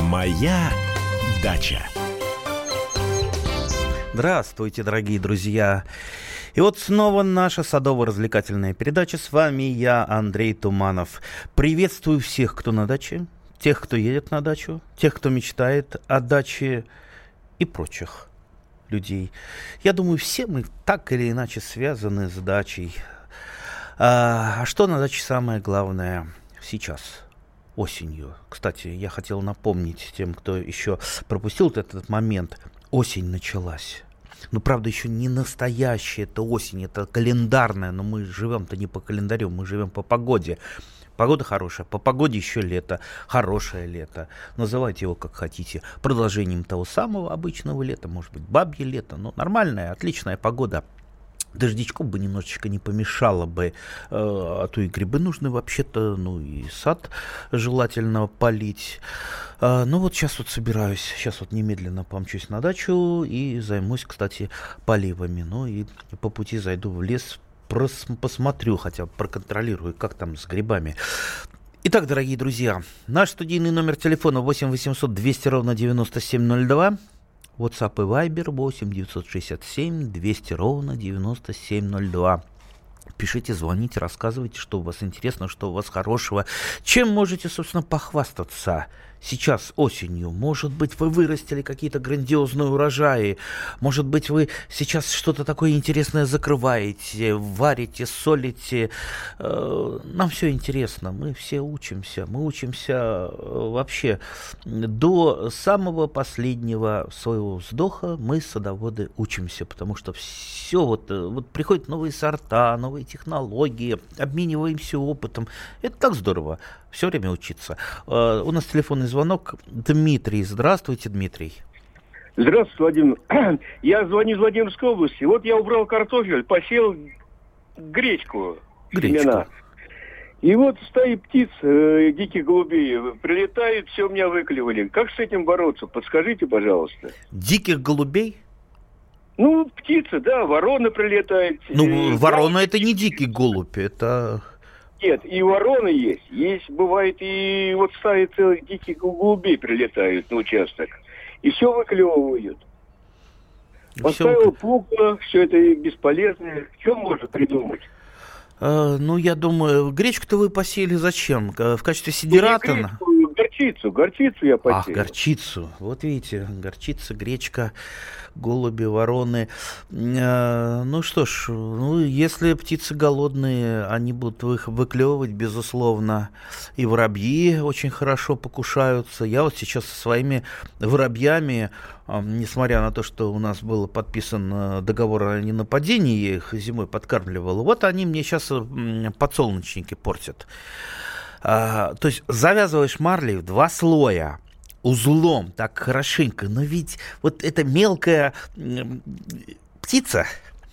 Моя дача. Здравствуйте, дорогие друзья. И вот снова наша садово-развлекательная передача. С вами я, Андрей Туманов. Приветствую всех, кто на даче, тех, кто едет на дачу, тех, кто мечтает о даче и прочих людей. Я думаю, все мы так или иначе связаны с дачей. А что на даче самое главное сейчас? Осенью. Кстати, я хотел напомнить тем, кто еще пропустил этот момент. Осень началась. Ну, правда, еще не настоящая это осень, это календарная, но мы живем-то не по календарю, мы живем по погоде. Погода хорошая, по погоде еще лето, хорошее лето. Называйте его как хотите. Продолжением того самого обычного лета, может быть, бабье лето, но нормальная, отличная погода. Дождичку бы немножечко не помешало бы, а то и грибы нужны вообще-то, ну и сад желательно полить. Ну вот сейчас вот собираюсь, сейчас вот немедленно помчусь на дачу и займусь, кстати, поливами. Ну и по пути зайду в лес, посмотрю, хотя бы проконтролирую, как там с грибами. Итак, дорогие друзья, наш студийный номер телефона 8 800 200 ровно 9702. WhatsApp и Viber 8 967 200 ровно 9702. Пишите, звоните, рассказывайте, что у вас интересно, что у вас хорошего. Чем можете, собственно, похвастаться сейчас осенью? Может быть, вы вырастили какие-то грандиозные урожаи. Может быть, вы сейчас что-то такое интересное закрываете, варите, солите. Нам все интересно. Мы все учимся. Мы учимся вообще до самого последнего своего вздоха. Мы, садоводы, учимся, потому что все вот приходят новые сорта, новые технологии, обмениваемся опытом. Это так здорово. Все время учиться. У нас телефонный звонок. Дмитрий. Здравствуйте, Дмитрий. Здравствуйте, Владимир. Я звоню из Владимирской области. Вот я убрал картофель, посеял гречку. Семена. И вот стаи птиц, диких голубей, прилетают, все у меня выклевали. Как с этим бороться? Подскажите, пожалуйста. Диких голубей? Ну, птицы, да, вороны прилетают. Ну, ворона это не дикий голубь, это... Нет, и вороны есть. Есть, бывает, и вот стаи целых диких голубей прилетают на участок. И все выклевывают. Поставил пугало, все это бесполезно. Что можно придумать? Ну, я думаю, гречку-то вы посеяли зачем? В качестве сидератора? Горчицу я посеял. Ах, горчицу. Вот видите, горчица, гречка, голуби, вороны. Ну что ж, если птицы голодные, они будут их выклевывать, безусловно. И воробьи очень хорошо покушаются. Я вот сейчас со своими воробьями, несмотря на то, что у нас был подписан договор о ненападении, я их зимой подкармливал, вот они мне сейчас подсолнечники портят. То есть завязываешь марлей в 2 слоя, узлом, так хорошенько, но ведь вот эта мелкая птица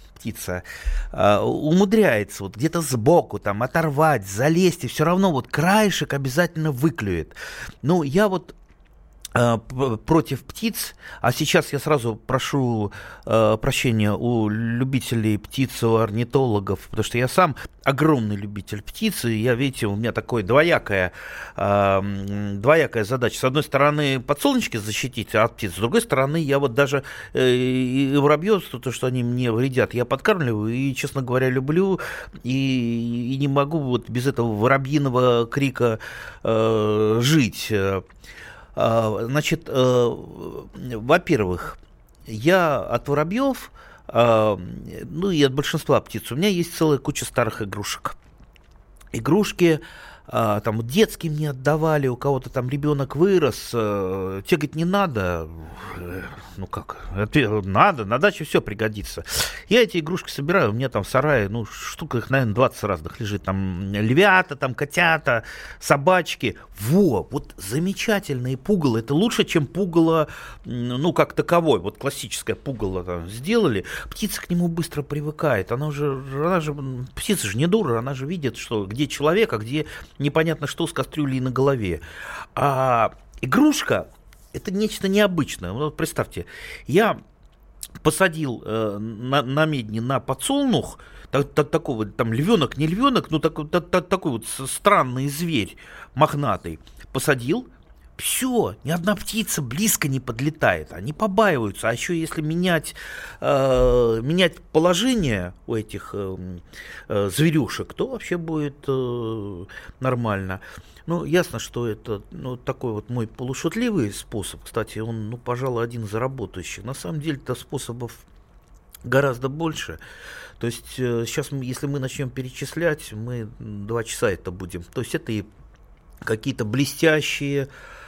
умудряется вот где-то сбоку там оторвать, залезть, и все равно вот краешек обязательно выклюет. Ну, я вот против птиц, а сейчас я сразу прошу прощения у любителей птиц, у орнитологов, потому что я сам огромный любитель птиц, и я, видите, у меня такое двоякая задача. С одной стороны, подсолнечки защитить от птиц, с другой стороны, я вот даже и воробьев, то, что они мне вредят, я подкармливаю, и, честно говоря, люблю, и не могу вот без этого воробьиного крика жить. Значит, во-первых, я от воробьев, ну и от большинства птиц, у меня есть целая куча старых игрушек. Игрушки там детские мне отдавали, у кого-то там ребенок вырос, те говорят, не надо, ну как, надо, на даче все пригодится. Я эти игрушки собираю, у меня там в сарае, ну, штук их, наверное, 20 разных лежит, там львята, там котята, собачки, вот замечательные пугало, это лучше, чем пугало, ну, как таковой, вот классическое пугало там сделали, птица к нему быстро привыкает, она же, птица же не дура, она же видит, что где человек, а где непонятно что с кастрюлей на голове. А игрушка — это нечто необычное. Вот представьте, я посадил на медне на подсолнух такого, там львенок, не львенок, ну такой вот странный зверь мохнатый. Посадил, все, ни одна птица близко не подлетает, они побаиваются. А еще если менять положение у этих зверюшек, то вообще будет нормально. Ну, ясно, что это такой вот мой полушутливый способ. Кстати, он, пожалуй, один из работающих. На самом деле-то способов гораздо больше. То есть сейчас, если мы начнем перечислять, мы 2 часа это будем. То есть это и какие-то блестящий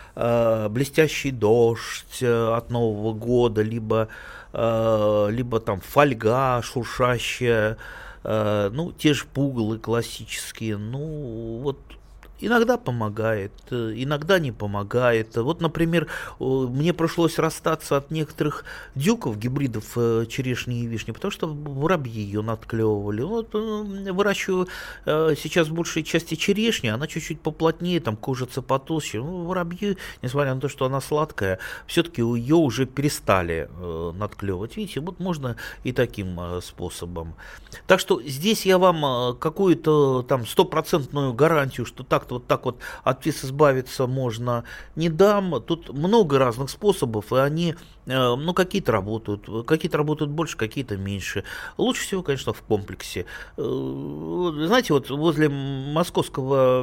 дождь от Нового года, либо там фольга шуршащая, те же пугалы классические, вот. Иногда помогает, иногда не помогает. Вот, например, мне пришлось расстаться от некоторых дюков, гибридов черешни и вишни, потому что воробьи ее надклевывали. Вот, выращиваю сейчас в большей части черешни, она чуть-чуть поплотнее, там кожица потолще. Воробьи, несмотря на то, что она сладкая, все-таки ее уже перестали надклевывать. Видите, вот можно и таким способом. Так что здесь я вам какую-то там 100% гарантию, что так-то вот так вот от птиц избавиться можно, не дам. Тут много разных способов, и они, какие-то работают больше, какие-то меньше. Лучше всего, конечно, в комплексе. Знаете, вот возле московских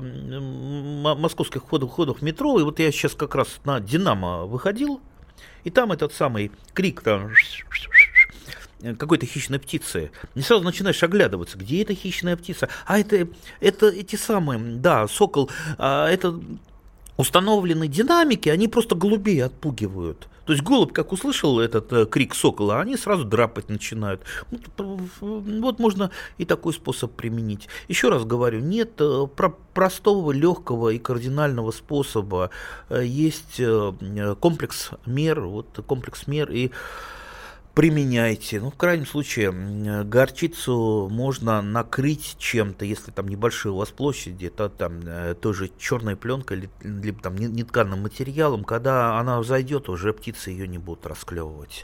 входов метро, и вот я сейчас как раз на Динамо выходил, и там этот самый крик там какой-то хищной птицы. И сразу начинаешь оглядываться, где эта хищная птица. А это эти самые, да, сокол, это установлены динамики, они просто голубей отпугивают. То есть голубь, как услышал этот крик сокола, они сразу драпать начинают. Вот можно и такой способ применить. Еще раз говорю, нет простого, легкого и кардинального способа. Есть комплекс мер, и применяйте. В крайнем случае, горчицу можно накрыть чем-то, если там небольшие у вас площади, это там тоже черной пленкой, либо там нетканым материалом. Когда она взойдет, уже птицы ее не будут расклевывать.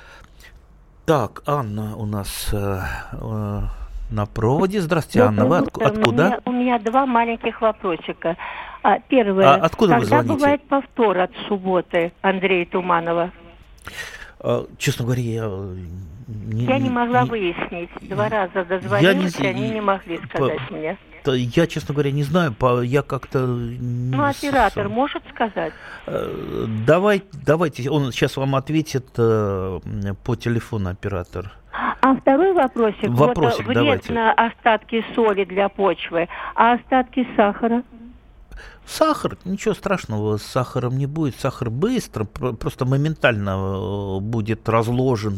Так, Анна у нас на проводе. Здравствуйте, Анна. Вы откуда? У меня 2 маленьких вопросика. Первое. Откуда вы звоните? Когда бывает повтор от субботы Андрея Туманова? Честно говоря, я не могла выяснить. 2 раза дозвонилась, и они не могли сказать мне. Я, честно говоря, не знаю, я как-то... оператор может сказать? Давайте, он сейчас вам ответит по телефону, оператор. А второй вопросик Вопросик, вред давайте. на остатки соли для почвы, а остатки сахара? Сахар, ничего страшного с сахаром не будет. Сахар быстро, просто моментально будет разложен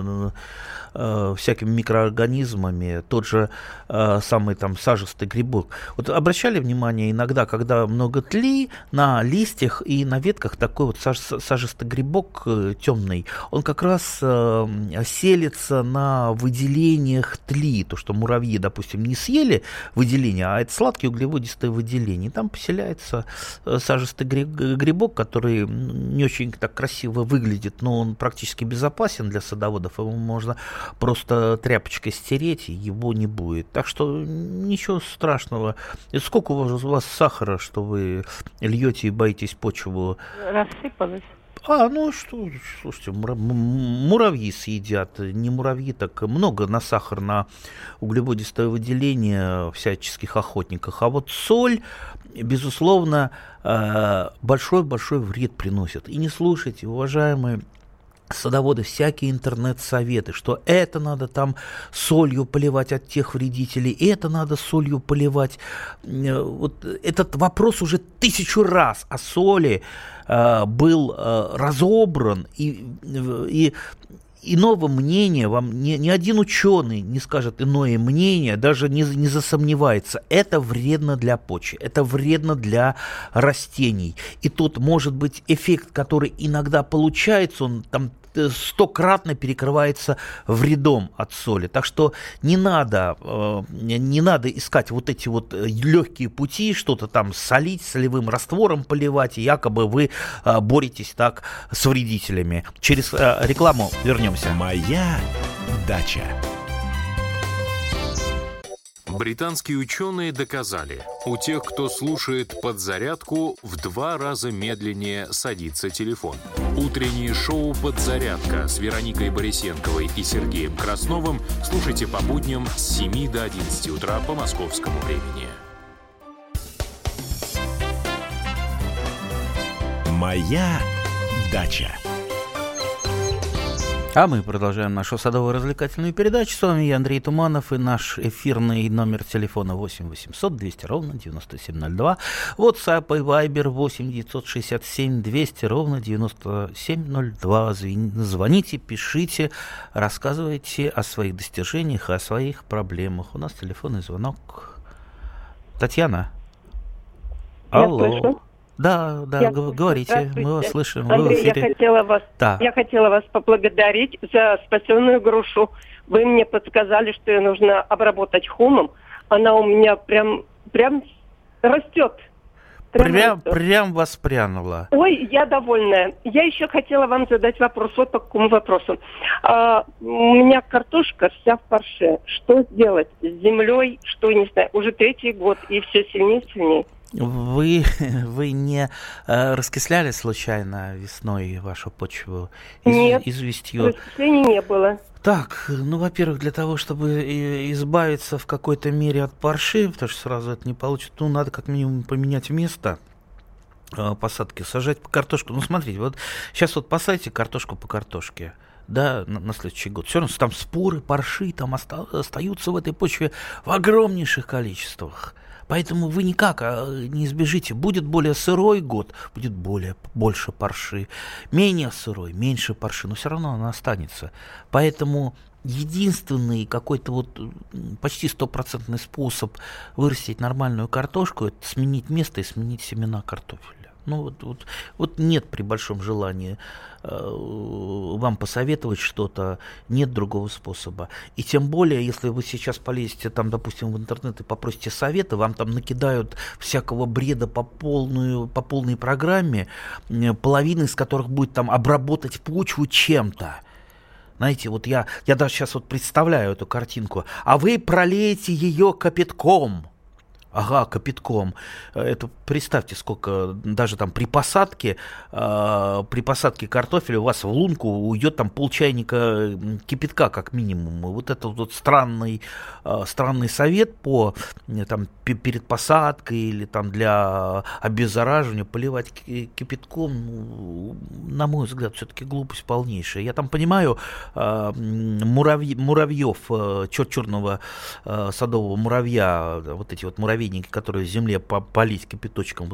всякими микроорганизмами. Тот же самый там сажистый грибок. Вот обращали внимание иногда, когда много тли, на листьях и на ветках такой вот сажистый грибок темный, он как раз селится на выделениях тли. То, что муравьи, допустим, не съели выделения, а это сладкие углеводистые выделения. И там поселяется сажистый грибок, который не очень так красиво выглядит, но он практически безопасен для садоводов. Его можно просто тряпочкой стереть, и его не будет. Так что ничего страшного. И сколько у вас сахара, что вы льете и боитесь почву? Рассыпалось. Что, слушайте, муравьи съедят, не муравьи, так много на сахар, на углеводистое выделение всяческих охотников. А вот соль, безусловно, большой-большой вред приносит. И не слушайте, уважаемые садоводы, всякие интернет-советы, что это надо там солью поливать от тех вредителей, это надо солью поливать. Вот этот вопрос уже 1000 раз о соли был разобран, и иного мнения вам ни один ученый не скажет иное мнение, даже не засомневается. Это вредно для почвы, это вредно для растений. И тут может быть эффект, который иногда получается, он там 100-кратно перекрывается вредом от соли. Так что не надо искать вот эти вот легкие пути, что-то там солить, солевым раствором поливать, и якобы вы боретесь так с вредителями. Через рекламу вернемся. Моя дача. Британские ученые доказали, у тех, кто слушает «Подзарядку», в 2 раза медленнее садится телефон. Утреннее шоу «Подзарядка» с Вероникой Борисенковой и Сергеем Красновым слушайте по будням с 7 до 11 утра по московскому времени. Моя дача. А мы продолжаем нашу садово-развлекательную передачу. С вами я, Андрей Туманов, и наш эфирный номер телефона 8 800 200 ровно 9702. WhatsApp и Viber 8 967 200 ровно 9702. Звоните, пишите, рассказывайте о своих достижениях, о своих проблемах. У нас телефонный звонок. Татьяна. Алло. Да, говорите, мы вас слышим. Андрей, я хотела вас поблагодарить за спасенную грушу. Вы мне подсказали, что ее нужно обработать хумом. Она у меня прям растет. Прям воспрянула. Ой, я довольная. Я еще хотела вам задать вопрос. Вот по какому вопросу. У меня картошка вся в парше. Что сделать с землей? Что, не знаю, уже 3-й год, и все сильнее и сильнее. Вы не раскисляли случайно весной вашу почву известью? Нет, раскислений не было. Так, во-первых, для того, чтобы избавиться в какой-то мере от парши, потому что сразу это не получится, надо как минимум поменять место посадки, сажать картошку. Смотрите, вот сейчас посадите картошку по картошке. Да, на следующий год. Все равно там споры, парши там остаются в этой почве в огромнейших количествах. Поэтому вы никак не избежите. Будет более сырой год, будет больше парши. Менее сырой, меньше парши, но все равно она останется. Поэтому единственный какой-то почти 100% способ вырастить нормальную картошку — это сменить место и сменить семена картофеля. Нет при большом желании вам посоветовать что-то, нет другого способа. И тем более, если вы сейчас полезете допустим, в интернет и попросите совета, вам там накидают всякого бреда по полной программе, половина из которых будет обработать почву чем-то. Знаете, я даже сейчас представляю эту картинку. А вы пролейте ее кипятком. Ага, кипятком. Это представьте, сколько даже при посадке картофеля у вас в лунку уйдет полчайника кипятка как минимум. Это странный совет перед посадкой или для обеззараживания поливать кипятком, на мой взгляд, все-таки глупость полнейшая. Я понимаю муравьев, черного садового муравья, эти муравейники, которые в земле полить кипяточком,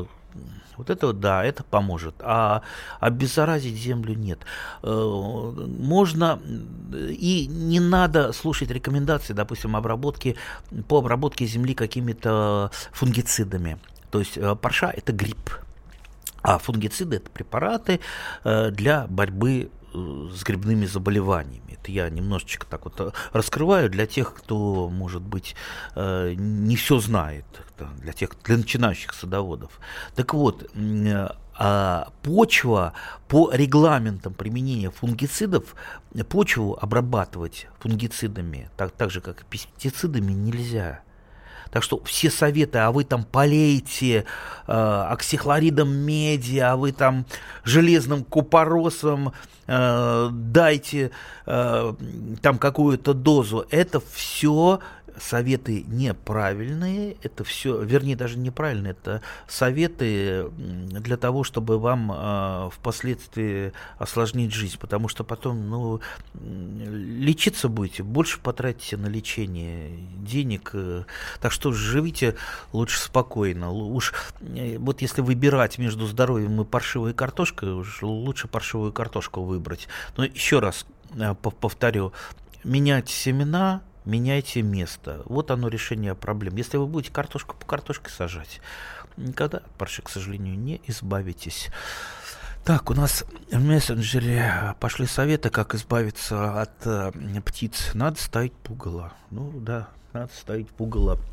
это поможет. А обеззаразить землю нет. Можно и не надо слушать рекомендации, допустим, по обработке земли какими-то фунгицидами. То есть парша — это гриб, а фунгициды — это препараты для борьбы с грибными заболеваниями. Это я немножечко раскрываю для тех, кто, может быть, не все знает, для начинающих садоводов. Так вот, почва по регламентам применения фунгицидов, почву обрабатывать фунгицидами, так же, как и пестицидами, нельзя. Так что все советы, а вы полейте оксихлоридом меди, а вы железным купоросом дайте какую-то дозу. Это все советы неправильные, это все, вернее, даже неправильные, это советы для того, чтобы вам впоследствии осложнить жизнь, потому что потом, лечиться будете, больше потратите на лечение денег, так что живите лучше спокойно. Если выбирать между здоровьем и паршивой картошкой, лучше паршивую картошку выбрать. Но еще раз повторю, менять семена, меняйте место. Вот оно решение проблем. Если вы будете картошку по картошке сажать, никогда от парши, к сожалению, не избавитесь. Так, у нас в мессенджере пошли советы, как избавиться от птиц. Надо ставить пугало. Надо ставить пугало.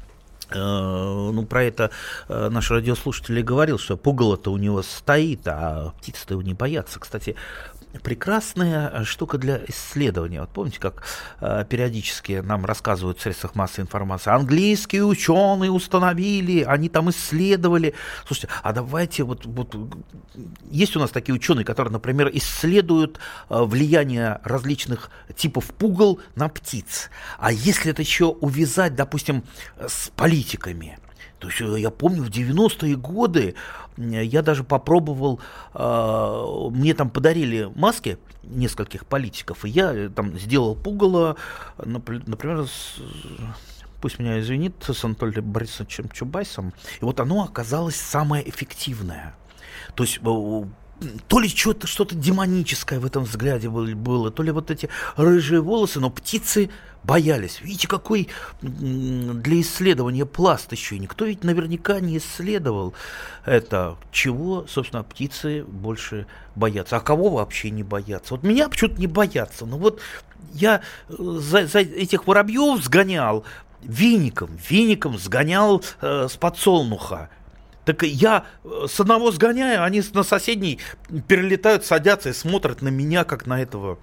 Про это наш радиослушатель говорил, что пугало-то у него стоит, а птицы-то его не боятся. Кстати, прекрасная штука для исследования. Вот помните, как периодически нам рассказывают в средствах массовой информации, английские ученые установили, они там исследовали. Слушайте, а давайте есть у нас такие ученые, которые, например, исследуют влияние различных типов пугал на птиц. А если это еще увязать, допустим, с политиками? То есть я помню, в 90-е годы я даже попробовал, мне там подарили маски нескольких политиков, и я там сделал пугало, например, пусть меня извинит, с Анатолием Борисовичем Чубайсом, и вот оно оказалось самое эффективное. То есть то ли что-то демоническое в этом взгляде было, то ли вот эти рыжие волосы, но птицы боялись. Видите, какой для исследования пласт еще. И никто ведь наверняка не исследовал это. Чего, собственно, птицы больше боятся. А кого вообще не боятся? Вот меня почему-то не боятся. Но вот я за этих воробьев сгонял веником сгонял с подсолнуха. Так я с одного сгоняю, они на соседний перелетают, садятся и смотрят на меня, как на этого...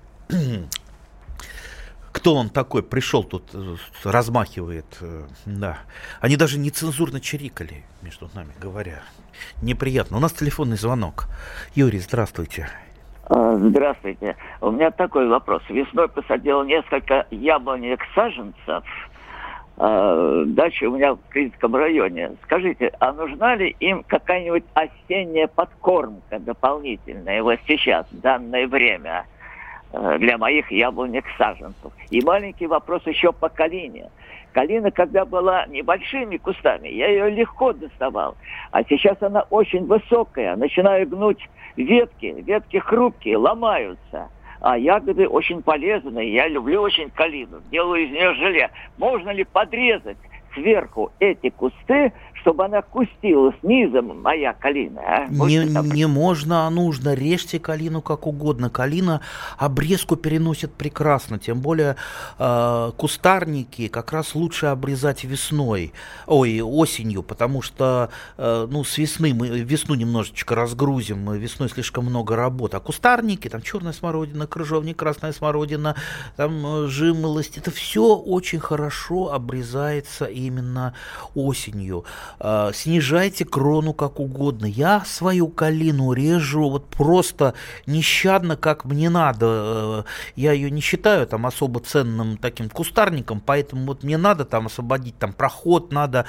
Кто он такой? Пришел тут, размахивает. Да. Они даже нецензурно чирикали, между нами говоря. Неприятно. У нас телефонный звонок. Юрий, здравствуйте. Здравствуйте. У меня такой вопрос. Весной посадил несколько яблоневых саженцев. Дача у меня в Кринском районе. Скажите, а нужна ли им какая-нибудь осенняя подкормка дополнительная вот сейчас, в данное время, для моих яблоневых саженцев? И маленький вопрос еще по калине. Калина, когда была небольшими кустами, я ее легко доставал. А сейчас она очень высокая. Начинаю гнуть ветки хрупкие, ломаются. А ягоды очень полезные. Я люблю очень калину. Делаю из нее желе. Можно ли подрезать сверху эти кусты, чтобы она кустила снизу, моя калина? А? Не можно, а нужно. Режьте калину как угодно. Калина обрезку переносит прекрасно. Тем более кустарники как раз лучше обрезать осенью, потому что с весны мы весну немножечко разгрузим, весной слишком много работы. А кустарники, там черная смородина, крыжовник, красная смородина, там жимолость, это все очень хорошо обрезается именно осенью. Снижайте крону как угодно. Я свою калину режу вот просто нещадно, как мне надо. Я ее не считаю там особо ценным таким кустарником, поэтому вот мне надо там освободить там проход, надо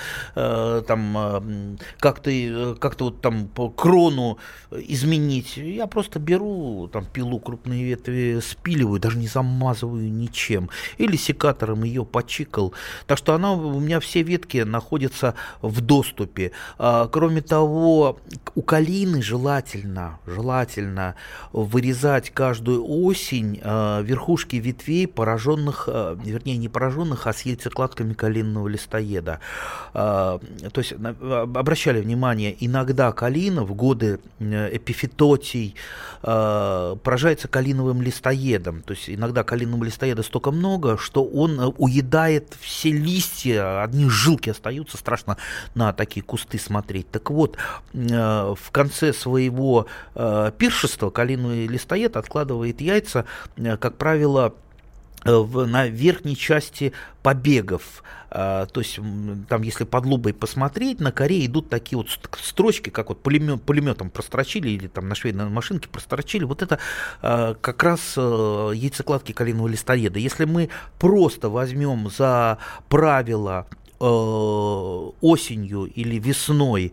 как-то вот там крону изменить. Я просто беру там пилу, крупные ветви спиливаю, даже не замазываю ничем. Или секатором ее почикал. Так что она у меня все ветки находятся в доступе. Кроме того, у калины желательно вырезать каждую осень верхушки ветвей, не пораженных, а с яйцекладками калинного листоеда. То есть обращали внимание, иногда калина в годы эпифитотий поражается калиновым листоедом. То есть иногда калинового листоеда столько много, что он уедает все листья, одни жилки остаются, страшно на такие кусты смотреть. Так вот, в конце своего пиршества калиновый листоед откладывает яйца, как правило, на верхней части побегов. То есть там, если под лупой посмотреть, на коре идут такие вот строчки, как вот пулеметом прострочили или там на швейной машинке прострочили. Вот это как раз яйцекладки калинового листоеда. Если мы просто возьмем за правило осенью или весной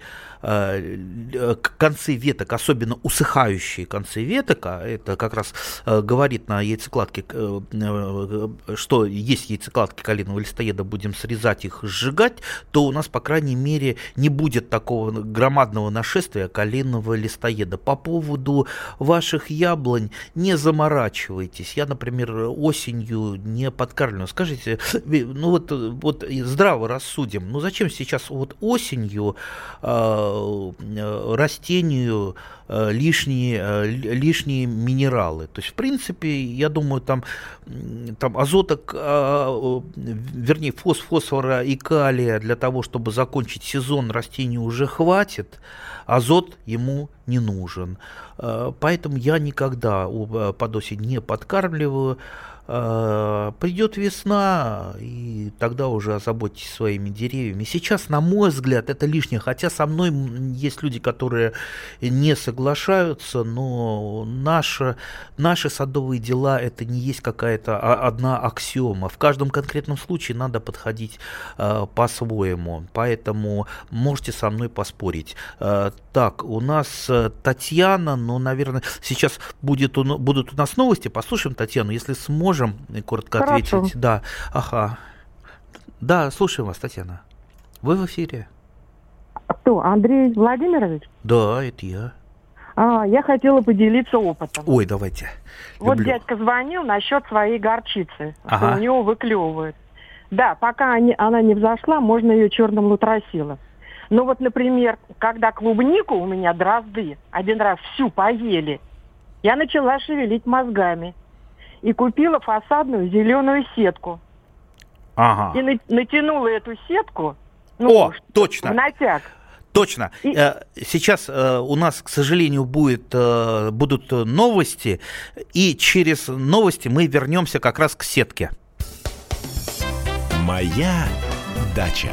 концы веток, особенно усыхающие концы веток, а это как раз говорит на яйцекладке, что есть яйцекладки калинового листоеда, будем срезать их, сжигать, то у нас, по крайней мере, не будет такого громадного нашествия калинового листоеда. По поводу ваших яблонь не заморачивайтесь. Я, например, осенью не подкармливаю. Скажите, вот здраво рассудим, зачем сейчас вот осенью растению лишние минералы. То есть, в принципе, я думаю, там азота, вернее, фосфора и калия для того, чтобы закончить сезон, растению уже хватит, азот ему не нужен. Поэтому я никогда подосень не подкармливаю. Придет весна, и тогда уже озаботьтесь своими деревьями. Сейчас, на мой взгляд, это лишнее. Хотя со мной есть люди, которые не соглашаются, но наши садовые дела — это не есть какая-то одна аксиома. В каждом конкретном случае надо подходить по-своему. Поэтому можете со мной поспорить. Так, у нас Татьяна, но, наверное, сейчас будут у нас новости. Послушаем Татьяну, если сможем коротко ответить. Да, ага. Да, слушаем вас, Татьяна. Вы в эфире. Кто? Андрей Владимирович? Да, это я. Я хотела поделиться опытом. Ой, давайте. Вот Люблю. дядька звонил насчет своей горчицы, что у него выклевывает. Да, пока она не взошла, можно ее черным лутросилом. Но вот, например, когда клубнику у меня дрозды один раз всю поели, я начала шевелить мозгами. И купила фасадную зеленую сетку. Ага. И натянула эту сетку. Точно. В натяг. Точно. Сейчас у нас, к сожалению, будут новости, и через новости мы вернемся как раз к сетке. Моя дача.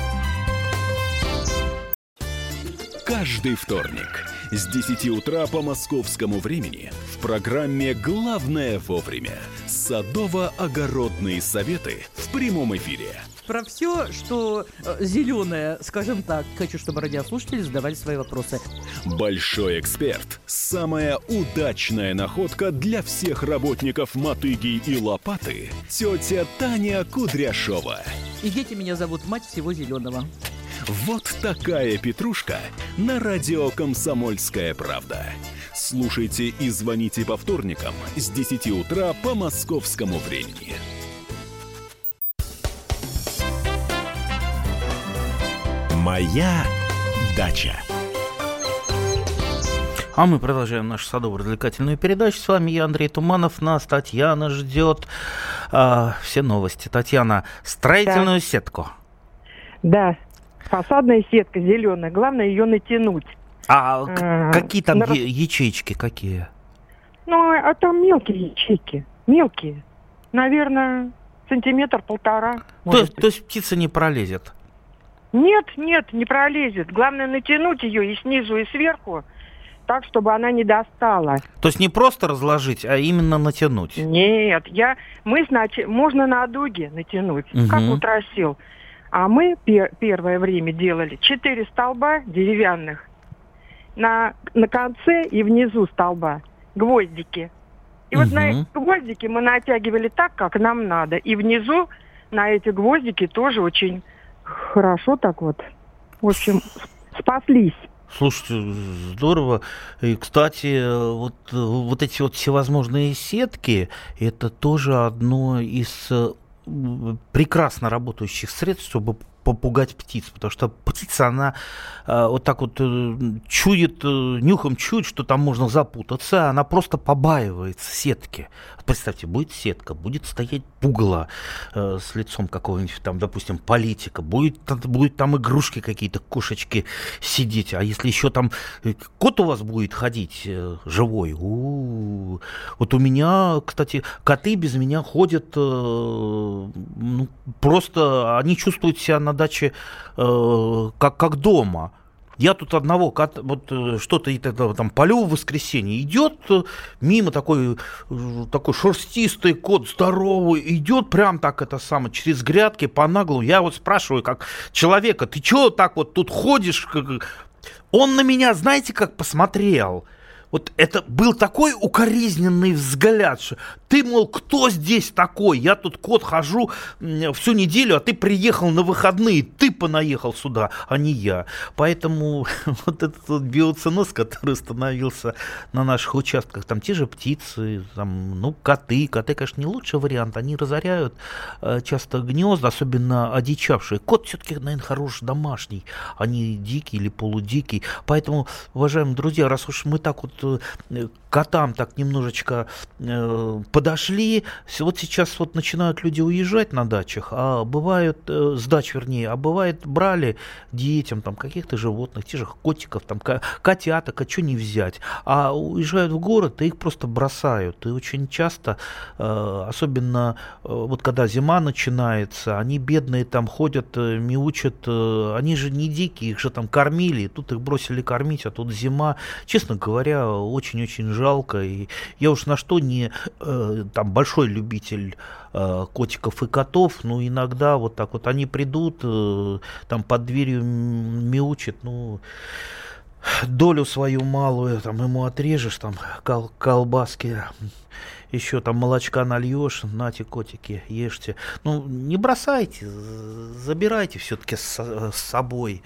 Каждый вторник с 10 утра по московскому времени в программе «Главное вовремя» садово-огородные советы в прямом эфире. Про все, что зеленое, скажем так, хочу, чтобы радиослушатели задавали свои вопросы. Большой эксперт. Самая удачная находка для всех работников мотыги и лопаты. Тетя Таня Кудряшова. И дети меня зовут мать всего зеленого. Вот такая петрушка на радио «Комсомольская правда». Слушайте и звоните по вторникам с 10 утра по московскому времени. Моя дача. А мы продолжаем нашу садово-развлекательную передачу. С вами я, Андрей Туманов. Нас Татьяна ждет. Все новости. Татьяна, строительную сетку. Да, фасадная сетка зеленая. Главное ее натянуть. Какие там ячейки какие? А там мелкие ячейки. Мелкие. Наверное, 1-1,5 сантиметра. То есть птица не пролезет? Нет, не пролезет. Главное натянуть ее и снизу, и сверху, так, чтобы она не достала. То есть не просто разложить, а именно натянуть? Нет, можно на дуге натянуть, как лутросил. А мы первое время делали 4 столба деревянных. На конце и внизу столба гвоздики. И вот на эти гвоздики мы натягивали так, как нам надо. И внизу на эти гвоздики тоже очень хорошо так вот. В общем, спаслись. Слушайте, здорово. И, кстати, вот эти вот всевозможные сетки, это тоже одно из прекрасно работающих средств, чтобы попугать птиц, потому что птица, она вот так вот чует, нюхом чует, что там можно запутаться, она просто побаивается сетки. Представьте, будет сетка, будет стоять пугало с лицом какого-нибудь там, допустим, политика, будет там игрушки какие-то, кошечки сидеть, а если еще там кот у вас будет ходить живой, вот у меня, кстати, коты без меня ходят, просто они чувствуют себя на даче как дома. Я тут одного кота, вот что-то там полю в воскресенье, идет мимо такой шерстистый кот, здоровый, идет прям так через грядки по наглу. Я вот спрашиваю, как человека, ты чего так вот тут ходишь? Он на меня, знаете, как посмотрел? Вот это был такой укоризненный взгляд, что ты, мол, кто здесь такой? Я тут кот хожу всю неделю, а ты приехал на выходные, ты понаехал сюда, а не я. Поэтому вот этот вот биоценоз, который становился на наших участках, там те же птицы, там, ну, коты, конечно, не лучший вариант, они разоряют часто гнезда, особенно одичавшие. Кот все-таки, наверное, хороший домашний, а не дикий или полудикий. Поэтому, уважаемые друзья, раз уж мы так вот котам так немножечко подошли, вот сейчас вот начинают люди уезжать на дачах, а бывают, с дач вернее, а бывает брали детям там каких-то животных, те же котиков, там котяток, а что не взять, а уезжают в город и их просто бросают, и очень часто, особенно вот когда зима начинается, они бедные там ходят, мяучат, они же не дикие, их же там кормили, тут их бросили кормить, а тут зима, честно говоря, очень-очень жалко, и я уж на что не там большой любитель котиков и котов, но иногда вот так вот они придут, там под дверью мяучат, ну, долю свою малую там ему отрежешь, там колбаски, еще там молочка нальешь, нате, котики, ешьте. Ну, не бросайте, забирайте все-таки с собой.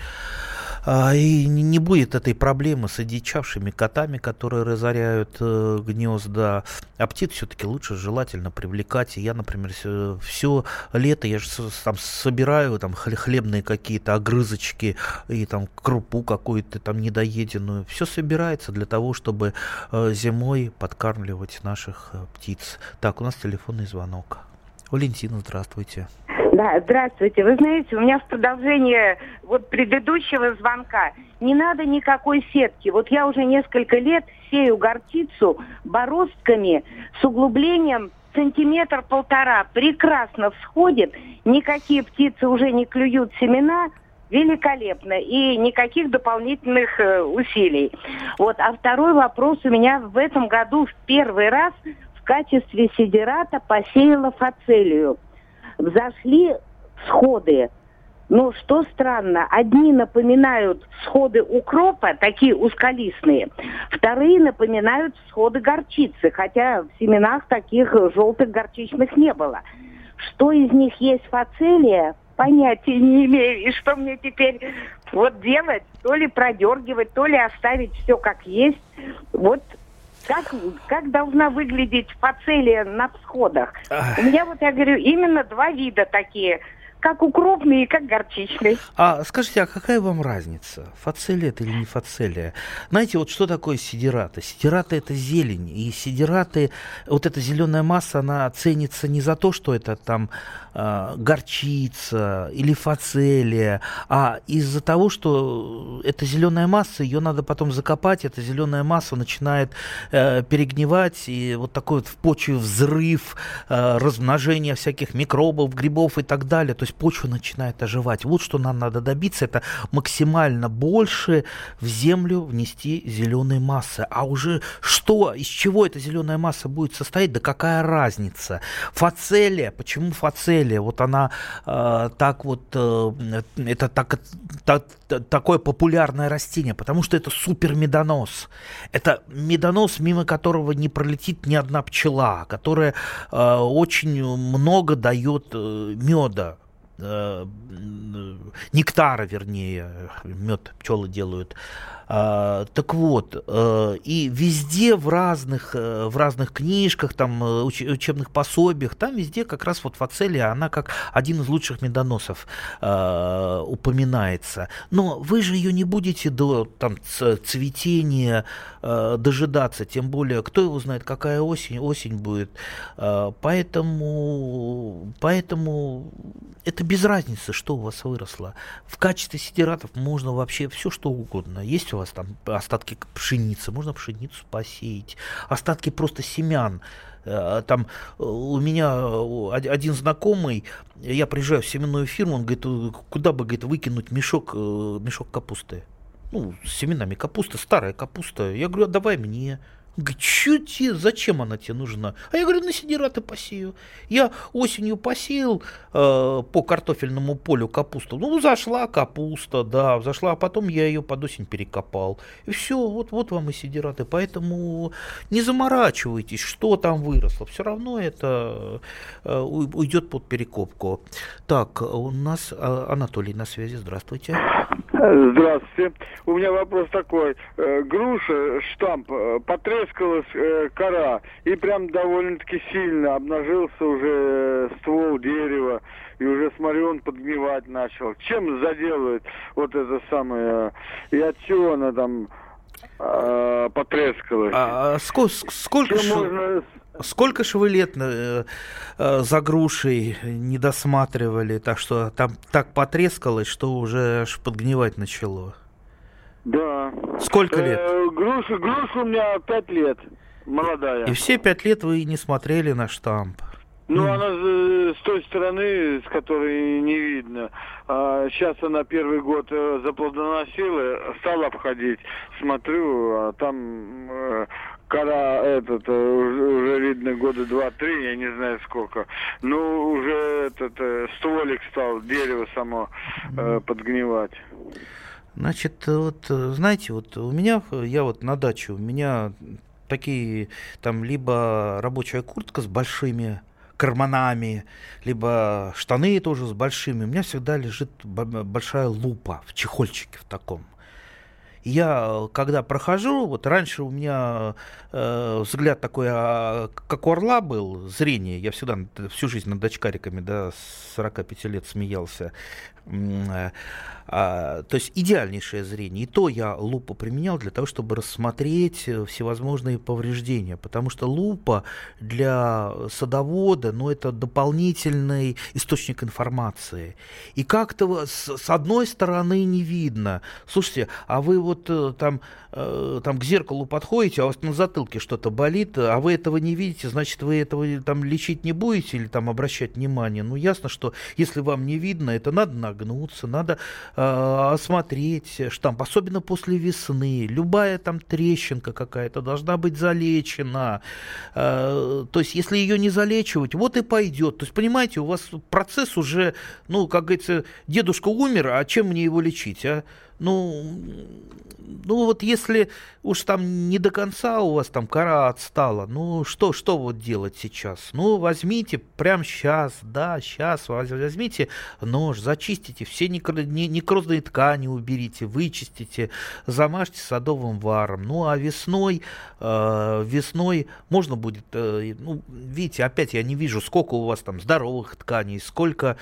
И не будет этой проблемы с одичавшими котами, которые разоряют гнезда. А птиц все-таки лучше желательно привлекать. И я, например, все лето я же там собираю там хлебные какие-то огрызочки и там крупу какую-то там недоеденную. Все собирается для того, чтобы зимой подкармливать наших птиц. Так, у нас телефонный звонок. Валентина, здравствуйте. Да, здравствуйте. Вы знаете, у меня в продолжение вот предыдущего звонка не надо никакой сетки. Вот я уже несколько лет сею горчицу бороздками с углублением 1-1,5 см. Прекрасно всходит. Никакие птицы уже не клюют семена. Великолепно. И никаких дополнительных усилий. Вот. А второй вопрос у меня в этом году в первый раз в качестве сидерата посеяла фацелию. Взошли всходы. Но что странно, одни напоминают всходы укропа, такие узколистные, вторые напоминают всходы горчицы, хотя в семенах таких желтых горчичных не было. Что из них есть фацелия, понятия не имею. И что мне теперь вот делать? То ли продергивать, то ли оставить все как есть. Вот как должна выглядеть фацелия на всходах? У меня вот, я говорю, именно два вида такие, как укропный и как горчичный. А скажите, а какая вам разница? Фацелия это или не фацелия? Знаете, вот что такое сидераты? Сидераты это зелень, и сидераты, вот эта зеленая масса, она ценится не за то, что это там горчица или фацелия, а из-за того, что эта зеленая масса, ее надо потом закопать, эта зеленая масса начинает перегнивать, и вот такой вот в почве взрыв, размножение всяких микробов, грибов и так далее, то есть почва начинает оживать. Вот что нам надо добиться, это максимально больше в землю внести зеленой массы. А уже что, из чего эта зеленая масса будет состоять, да какая разница? Фацелия, почему фацелия? Вот она так вот, это такое популярное растение, потому что это супермедонос. Это медонос, мимо которого не пролетит ни одна пчела, которая очень много дает меда. Нектара, вернее, мед пчелы делают. Так вот, и везде в разных книжках, там, учебных пособиях, там везде как раз вот фацелия, она как один из лучших медоносов упоминается. Но вы же ее не будете до там, цветения дожидаться, тем более, кто его знает, какая осень будет. Поэтому это без разницы, что у вас выросло. В качестве сидератов можно вообще все, что угодно. Есть у вас там остатки пшеницы, можно пшеницу посеять, остатки просто семян. Там у меня один знакомый, я приезжаю в семенную фирму, он говорит, куда бы, говорит, выкинуть мешок капусты. Ну, с семенами капусты, старая капуста. Я говорю, давай мне. Говорит, зачем она тебе нужна? А я говорю, на сидираты посею. Я осенью посеял по картофельному полю капусту. Ну, взошла капуста, да, взошла, а потом я ее под осень перекопал. И все, вот вам и сидираты. Поэтому не заморачивайтесь, что там выросло. Все равно это уйдет под перекопку. Так, у нас Анатолий на связи. Здравствуйте. Здравствуйте. У меня вопрос такой. Груша, штамп, потрескалась кора и прям довольно-таки сильно обнажился уже ствол дерева, и уже, смотрю, он подгнивать начал. Чем заделывает вот это самое, и от чего она там потрескалась? Сколько ж вы лет за грушей не досматривали, так что там так потрескалось, что уже аж подгнивать начало? Да. Сколько лет? Груша у меня 5 лет, молодая. И все 5 лет вы не смотрели на штамп? Ну, она с той стороны, с которой не видно. Сейчас она первый год заплодоносила, стала обходить. Смотрю, а там кора уже видно года 2-3, я не знаю сколько. Ну, уже стволик стал, дерево само подгнивать. Значит, вот, знаете, вот у меня, я вот на даче, у меня такие, там, либо рабочая куртка с большими карманами, либо штаны тоже с большими. У меня всегда лежит большая лупа в чехольчике в таком. И я, когда прохожу, вот раньше у меня взгляд такой, как у орла был, зрение. Я всегда всю жизнь над очкариками, да, с 45 лет смеялся. То есть идеальнейшее зрение. И то я лупу применял для того, чтобы рассмотреть всевозможные повреждения. Потому что лупа для садовода, ну, это дополнительный источник информации. И как-то с одной стороны не видно. Слушайте, а вы вот там к зеркалу подходите, а у вас на затылке что-то болит, а вы этого не видите, значит, вы этого там лечить не будете или там обращать внимание. Ну, ясно, что если вам не видно, это надо нагнуться, надо осмотреть штамп, особенно после весны. Любая там трещинка какая-то должна быть залечена. То есть, если ее не залечивать, вот и пойдет. То есть, понимаете, у вас процесс уже, ну, как говорится, дедушка умер, а чем мне его лечить, а? Ну, вот если уж там не до конца у вас там кора отстала, ну, что вот делать сейчас? Ну, возьмите прямо сейчас, да, сейчас возьмите нож, зачистите, все некрозные ткани уберите, вычистите, замажьте садовым варом. Ну, а весной можно будет, ну, видите, опять я не вижу, сколько у вас там здоровых тканей, сколько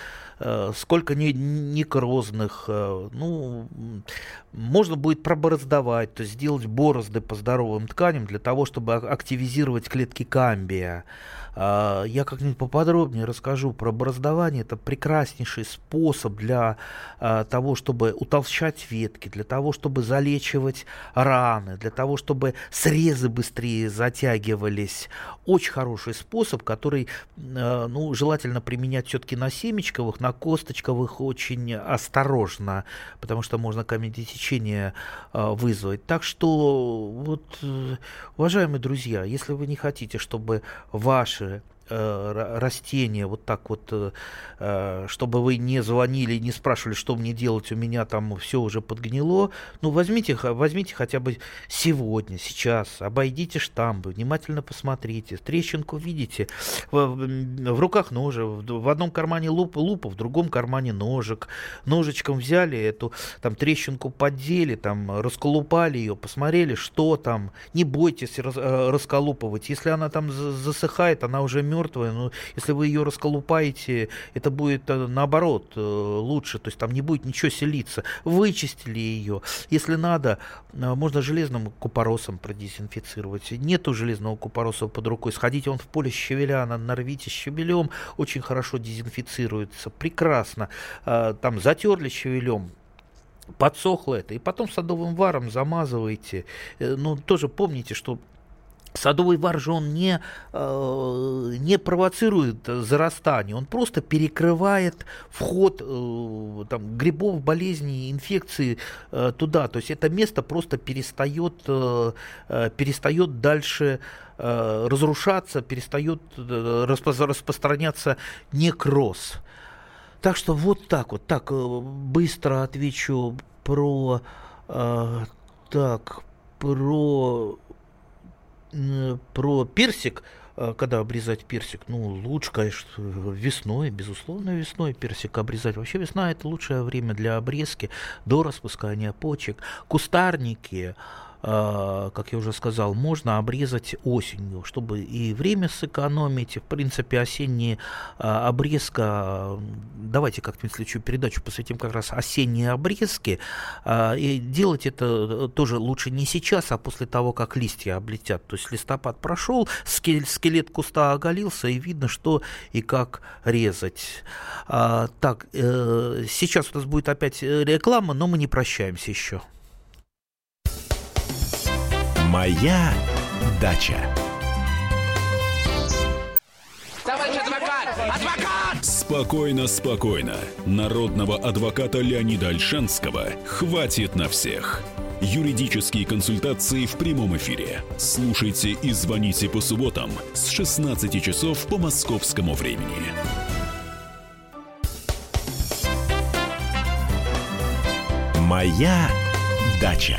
некрозных, ну, можно будет пробороздовать, то есть сделать борозды по здоровым тканям для того, чтобы активизировать клетки камбия. Я как-нибудь поподробнее расскажу про бороздование. Это прекраснейший способ для того, чтобы утолщать ветки, для того, чтобы залечивать раны, для того, чтобы срезы быстрее затягивались. Очень хороший способ, который, ну, желательно применять все-таки на семечковых, на косточковых очень осторожно, потому что можно камнетечение вызвать. Так что, вот, уважаемые друзья, если вы не хотите, чтобы ваши растения вот так вот, чтобы вы не звонили, не спрашивали, что мне делать, у меня там все уже подгнило, ну, возьмите хотя бы сегодня, сейчас, обойдите штамбы, внимательно посмотрите, трещинку видите, в руках ножик, в одном кармане лупа, в другом кармане ножик, ножичком взяли эту там трещинку, поддели, там расколупали ее, посмотрели, что там, не бойтесь расколупывать, если она там засыхает, она уже мертвая, но если вы ее расколупаете, это будет наоборот лучше, то есть там не будет ничего селиться. Вычистили ее. Если надо, можно железным купоросом продезинфицировать. Нету железного купороса под рукой, сходите в поле щавеля, нарвите щавелем, очень хорошо дезинфицируется, прекрасно. Там затерли щавелем, подсохло это, и потом садовым варом замазываете. Ну, тоже помните, что Садовый вар же он не провоцирует зарастание, он просто перекрывает вход там, грибов, болезней, инфекций туда. То есть это место просто перестает дальше разрушаться, перестает распространяться некроз. Так что вот так быстро отвечу про персик. Когда обрезать персик? Лучше, конечно, весной, безусловно, весной персик обрезать. Вообще весна – это лучшее время для обрезки до распускания почек. Кустарники, как я уже сказал, можно обрезать осенью, чтобы и время сэкономить. В принципе, осенняя обрезка, давайте как-нибудь следующую передачу посвятим как раз осенней обрезке. И делать это тоже лучше не сейчас, а после того, как листья облетят. То есть листопад прошел, скелет куста оголился, и видно, что и как резать. Так, сейчас у нас будет опять реклама, но мы не прощаемся еще. Моя дача. Товарищ адвокат! Адвокат! Спокойно, спокойно. Народного адвоката Леонида Ольшанского хватит на всех. Юридические консультации в прямом эфире. Слушайте и звоните по субботам с 16 часов по московскому времени. Моя дача.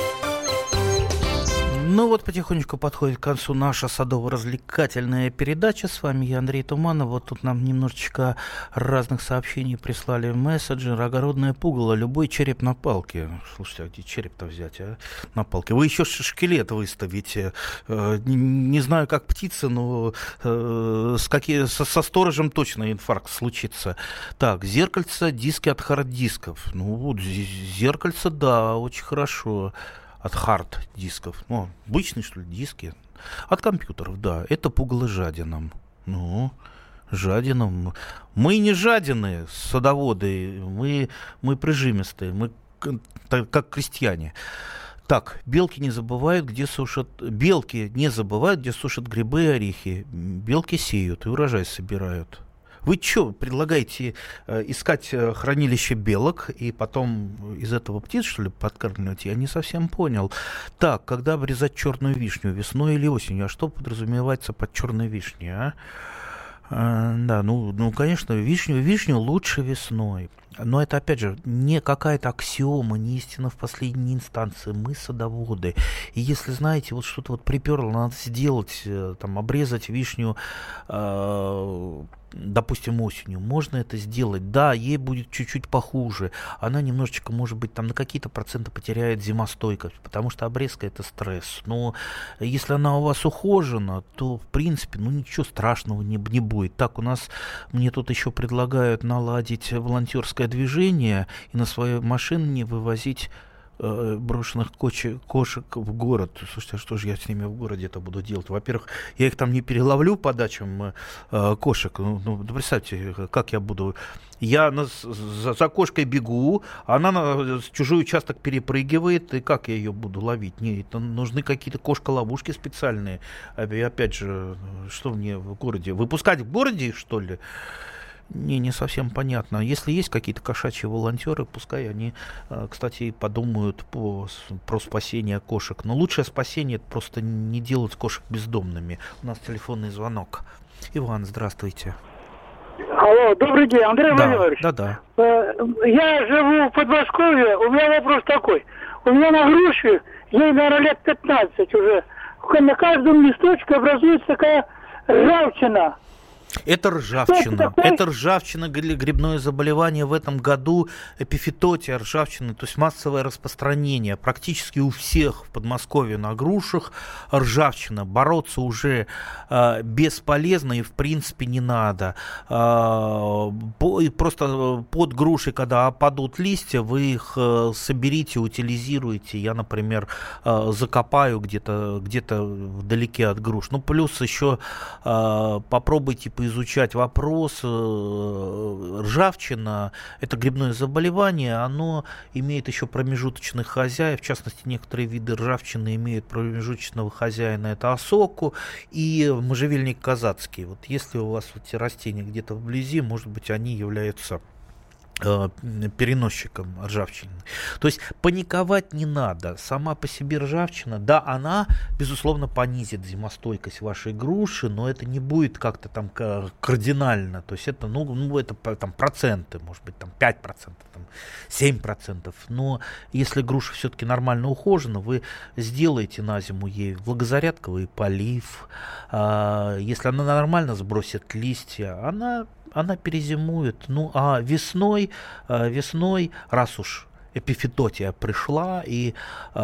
Потихонечку подходит к концу наша садово-развлекательная передача. С вами я, Андрей Туманов. Вот тут нам немножечко разных сообщений прислали мессенджер. Огородное пугало, любой череп на палке. Слушайте, а где череп-то взять, а? На палке. Вы еще шкелет выставите. Не знаю, как птицы, но со сторожем точно инфаркт случится. Так, зеркальца, диски от хард-дисков. Зеркальца, да, очень хорошо. От хард-дисков. Обычные, что ли, диски. От компьютеров, да. Это пугало жадинам. Жадинам. Мы не жадины, садоводы. Мы прижимистые. Мы как крестьяне. Так, белки не забывают, где сушат грибы и орехи. Белки сеют и урожай собирают. Вы что, предлагаете искать хранилище белок и потом из этого птиц, что ли, подкармливать? Я не совсем понял. Так, когда обрезать черную вишню, весной или осенью? А что подразумевается под черной вишней, а? Да, конечно, вишню лучше весной. Но это, опять же, не какая-то аксиома, не истина в последней инстанции. Мы садоводы. И если, знаете, вот что-то приперло, надо сделать, обрезать вишню, допустим, осенью, можно это сделать. Да, ей будет чуть-чуть похуже. Она немножечко, может быть, на какие-то проценты потеряет зимостойкость, потому что обрезка – это стресс. Но если она у вас ухожена, то, в принципе, ничего страшного не будет. Так, мне тут еще предлагают наладить волонтерское движение и на своей машине вывозить брошенных кошек в город. Слушайте, а что же я с ними в городе-то буду делать? Во-первых, я их там не переловлю по дачам кошек. Представьте, как я буду... Я за кошкой бегу, она на чужой участок перепрыгивает, и как я ее буду ловить? Это нужны какие-то кошка-ловушки специальные. И опять же, что мне в городе? Выпускать в городе, что ли? Не совсем понятно. Если есть какие-то кошачьи волонтеры, пускай они, кстати, подумают про спасение кошек. Но лучшее спасение – это просто не делать кошек бездомными. У нас телефонный звонок. Иван, здравствуйте. Алло, добрый день, Андрей Владимирович. Да. Я живу в Подмосковье, у меня вопрос такой. У меня на груши, ей, наверное, лет 15 уже, на каждом листочке образуется такая ржавчина. Это ржавчина, грибное заболевание в этом году, эпифитотия ржавчины, то есть массовое распространение. Практически у всех в Подмосковье на грушах ржавчина. Бороться уже бесполезно и в принципе не надо. Просто под грушей, когда опадут листья, вы их соберите, утилизируете. Я, например, закопаю где-то вдалеке от груш. Плюс еще попробуйте поизучать вопрос. Ржавчина – это грибное заболевание, оно имеет еще промежуточных хозяев, в частности, некоторые виды ржавчины имеют промежуточного хозяина, это осоку и можжевельник казацкий. Вот если у вас эти растения где-то вблизи, может быть, они являются переносчиком ржавчины. То есть паниковать не надо. Сама по себе ржавчина, да, она, безусловно, понизит зимостойкость вашей груши, но это не будет как-то там кардинально. То есть это, это там проценты, может быть, там 5%, там 7%. Но если груша все-таки нормально ухожена, вы сделаете на зиму ей влагозарядковый полив. Если она нормально сбросит листья, она перезимует. Ну, а весной, раз уж эпифитотия пришла, и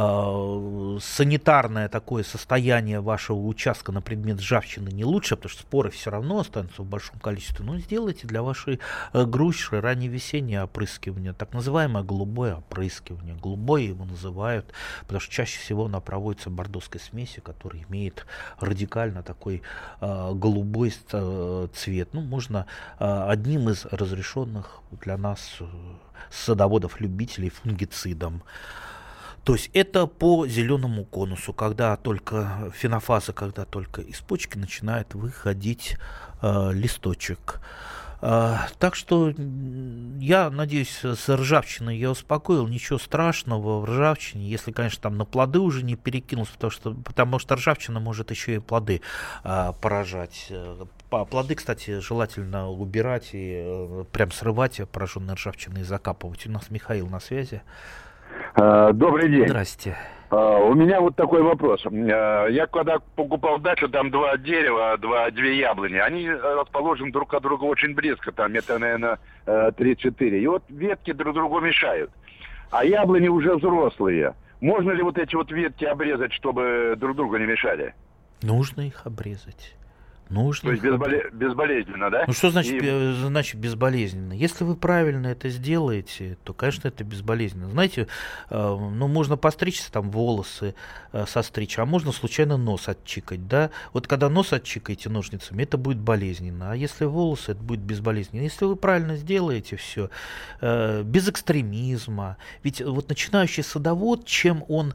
санитарное такое состояние вашего участка на предмет ржавчины не лучше, потому что споры все равно останутся в большом количестве, но сделайте для вашей груши ранневесеннее опрыскивание, так называемое голубое опрыскивание. Голубое его называют, потому что чаще всего она проводится бордоской смесью, которая имеет радикально такой голубой цвет. Ну, можно одним из разрешенных для нас садоводов-любителей фунгицидом. То есть это по зеленому конусу, когда только фенофаза, когда только из почки начинает выходить листочек. Так что я надеюсь, с ржавчиной я успокоил, ничего страшного в ржавчине, если, конечно, там на плоды уже не перекинулся, потому что ржавчина может еще и плоды поражать. Плоды, кстати, желательно убирать и прям срывать пораженные ржавчиной и закапывать. У нас Михаил на связи. Добрый день. Здрасте. У меня вот такой вопрос. Я когда покупал дачу, там 2 дерева, 2 яблони, они расположены друг от друга очень близко, там метра, наверное, 3-4. И вот ветки друг другу мешают. А яблони уже взрослые. Можно ли вот эти вот ветки обрезать, чтобы друг другу не мешали? Нужно их обрезать. Нужно. То есть безболезненно, да? Ну что значит безболезненно? Если вы правильно это сделаете, то, конечно, это безболезненно. Знаете, можно постричься, там волосы состричь, а можно случайно нос отчикать, да? Вот когда нос отчикаете ножницами, это будет болезненно, а если волосы, это будет безболезненно. Если вы правильно сделаете все, без экстремизма, ведь вот начинающий садовод, чем он,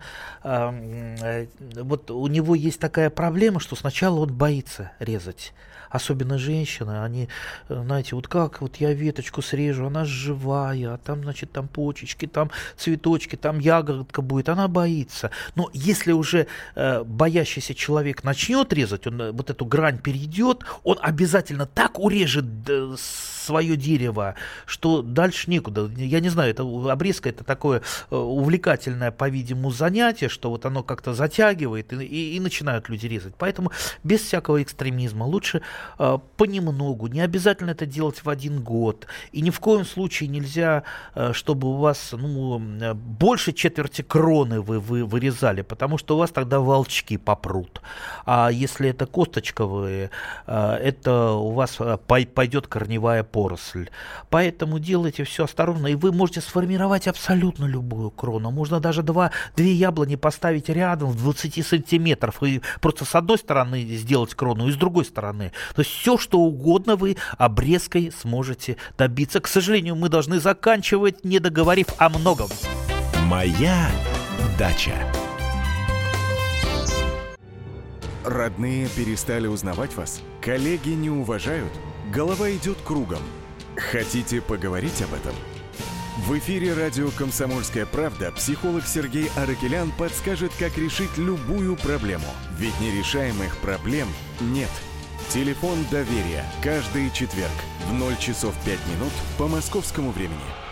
вот у него есть такая проблема, что сначала он боится резать. Особенно женщины, они, знаете, вот как вот я веточку срежу, она живая, а там, значит, там почечки, там цветочки, там ягодка будет, она боится. Но если уже боящийся человек начнет резать, он вот эту грань перейдет, он обязательно так урежет свое дерево, что дальше некуда. Я не знаю, это обрезка, это такое увлекательное, по-видимому, занятие, что вот оно как-то затягивает, и начинают люди резать. Поэтому без всякого экстремизма лучше понемногу, не обязательно это делать в 1 год, и ни в коем случае нельзя, чтобы у вас больше четверти кроны вы вырезали, потому что у вас тогда волчки попрут. А если это косточковые, это у вас пойдет корневая поросль. Поэтому делайте все осторожно, и вы можете сформировать абсолютно любую крону. Можно даже 2 яблони поставить рядом в 20 сантиметров и просто с одной стороны сделать крону и с другой стороны. То есть все, что угодно вы обрезкой сможете добиться. К сожалению, мы должны заканчивать, не договорив о многом. Моя дача. Родные перестали узнавать вас? Коллеги не уважают? Голова идет кругом. Хотите поговорить об этом? В эфире радио «Комсомольская правда» психолог Сергей Аракелян подскажет, как решить любую проблему. Ведь нерешаемых проблем нет. Телефон доверия. Каждый четверг в 0 часов 5 минут по московскому времени.